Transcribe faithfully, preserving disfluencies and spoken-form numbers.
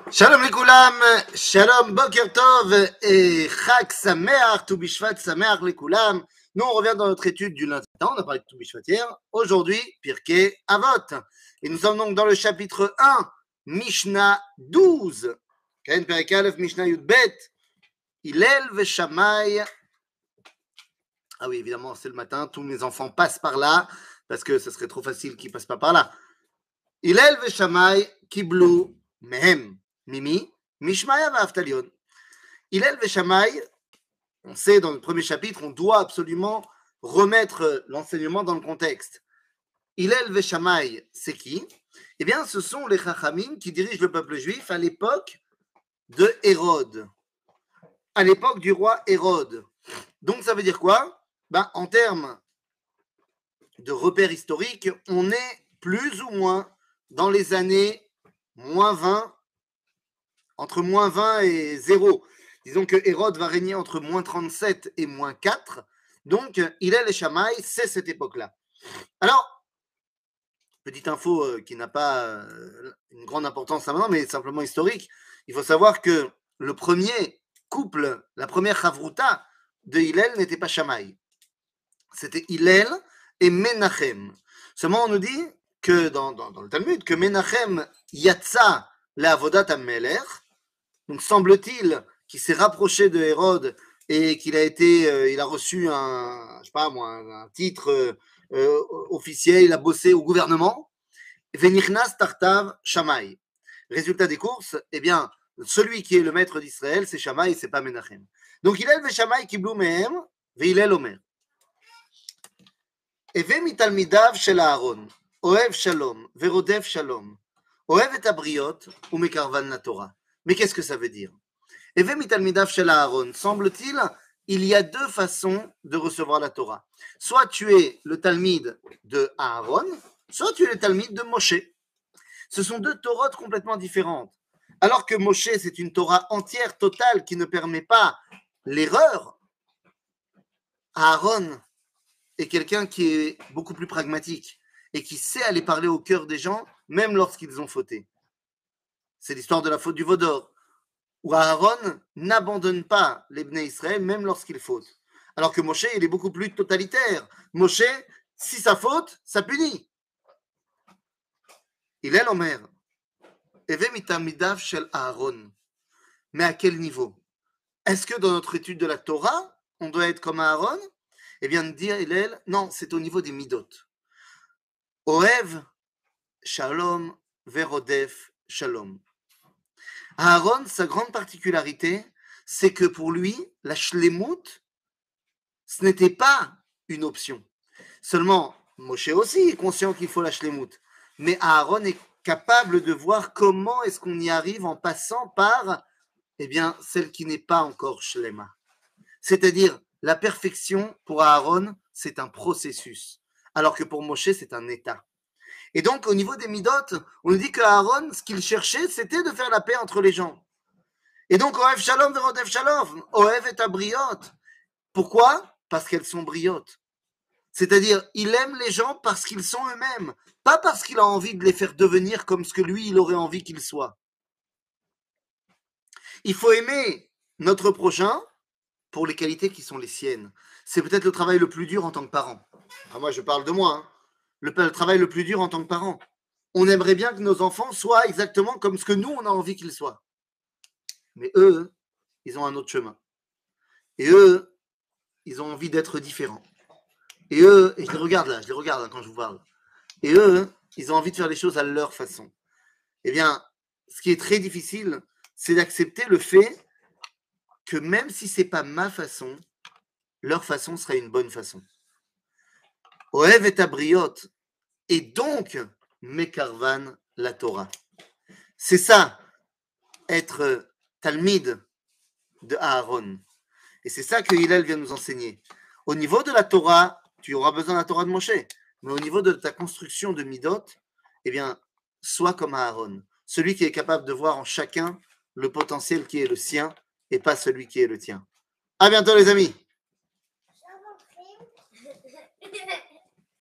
Shalom lekulam, shalom boker tov et chag sameach, Tu bishvat sameach lekulam. Nous, on revient dans notre étude du lundi. On a parlé de Tu bishvat hier. Aujourd'hui, Pirkei Avot. Et nous sommes donc dans le chapitre un, Mishnah douze. Ken Perek Aleph, Mishnah Yud Bet. Hillel veshamay. Ah oui, évidemment, c'est le matin. Tous mes enfants passent par là parce que ce serait trop facile qu'ils passent pas par là. Hillel veshamay kiblu mehem. Mimi, Mishmaya va Aftalion. Hillel Veshamay, on sait dans le premier chapitre, on doit absolument remettre l'enseignement dans le contexte. Hillel Veshamay, c'est qui? Eh bien, ce sont les Chachamim qui dirigent le peuple juif à l'époque de Hérode, à l'époque du roi Hérode. Donc, ça veut dire quoi? Ben, en termes de repères historiques, on est plus ou moins dans les années moins vingt. Entre moins vingt et zéro. Disons que Hérode va régner entre moins trente-sept et moins quatre. Donc, Hillel et Shammai, c'est cette époque-là. Alors, petite info euh, qui n'a pas euh, une grande importance là maintenant, mais simplement historique. Il faut savoir que le premier couple, la première chavruta de Hillel n'était pas Shammai. C'était Hillel et Menachem. Seulement, on nous dit que dans, dans, dans le Talmud, que Menachem yatsa le'avodat hamelech. Donc semble-t-il qu'il s'est rapproché de Hérode et qu'il a été, euh, il a reçu un, je sais pas moi, un, un titre euh, euh, officiel, il a bossé au gouvernement. Venichnas tartav Shammai. Résultat des courses, eh bien, celui qui est le maître d'Israël, c'est Shammai, c'est pas Menachem. Donc Hillel ve Shammai kiblu mehem, ve Hillel omer. Eve mitalmidav shel Aaron, ohev shalom, verodef shalom, ohev et abriot, ou mekarvan la Torah. Mais qu'est-ce que ça veut dire? Eve mitalmidav shel Aaron, semble-t-il, il y a deux façons de recevoir la Torah. Soit tu es le Talmid de Aaron, soit tu es le Talmid de Moshe. Ce sont deux Torotes complètement différentes. Alors que Moshe, c'est une Torah entière, totale, qui ne permet pas l'erreur, Aaron est quelqu'un qui est beaucoup plus pragmatique et qui sait aller parler au cœur des gens, même lorsqu'ils ont fauté. C'est l'histoire de la faute du veau d'or, où Aaron n'abandonne pas les Bnei Israël, même lorsqu'il faute. Alors que Moshe, il est beaucoup plus totalitaire. Moshe, si ça faute, ça punit. Il est l'Omer. Eve mitamidav shel Aaron. Mais à quel niveau? Est-ce que dans notre étude de la Torah, on doit être comme Aaron? Eh bien, dire Hillel, non, c'est au niveau des midot. Ohev, shalom, verodef, shalom. Aaron, sa grande particularité, c'est que pour lui, la shlemut, ce n'était pas une option. Seulement, Moshe aussi est conscient qu'il faut la shlemut. Mais Aaron est capable de voir comment est-ce qu'on y arrive en passant par, eh bien, celle qui n'est pas encore shlema. C'est-à-dire, la perfection, pour Aaron, c'est un processus. Alors que pour Moshe, c'est un état. Et donc, au niveau des midot, on nous dit que Aaron, ce qu'il cherchait, c'était de faire la paix entre les gens. Et donc, Ohev Shalom verodef Shalom, Ohev et abriot. Pourquoi? Parce qu'elles sont briotes. C'est-à-dire, il aime les gens parce qu'ils sont eux-mêmes, pas parce qu'il a envie de les faire devenir comme ce que lui, il aurait envie qu'ils soient. Il faut aimer notre prochain pour les qualités qui sont les siennes. C'est peut-être le travail le plus dur en tant que parent. Ah, moi, je parle de moi, hein. Le, le travail le plus dur en tant que parent. On aimerait bien que nos enfants soient exactement comme ce que nous, on a envie qu'ils soient. Mais eux, ils ont un autre chemin. Et eux, ils ont envie d'être différents. Et eux, et je les regarde là, je les regarde là, quand je vous parle. Et eux, ils ont envie de faire les choses à leur façon. Eh bien, ce qui est très difficile, c'est d'accepter le fait que même si c'est pas ma façon, leur façon serait une bonne façon. Ohev et abriot, et donc mekarvan la Torah. C'est ça, être Talmid de Aaron. Et c'est ça que Hillel vient nous enseigner. Au niveau de la Torah, tu auras besoin de la Torah de Moshe, mais au niveau de ta construction de midot, eh bien, sois comme Aaron, celui qui est capable de voir en chacun le potentiel qui est le sien et pas celui qui est le tien. À bientôt les amis.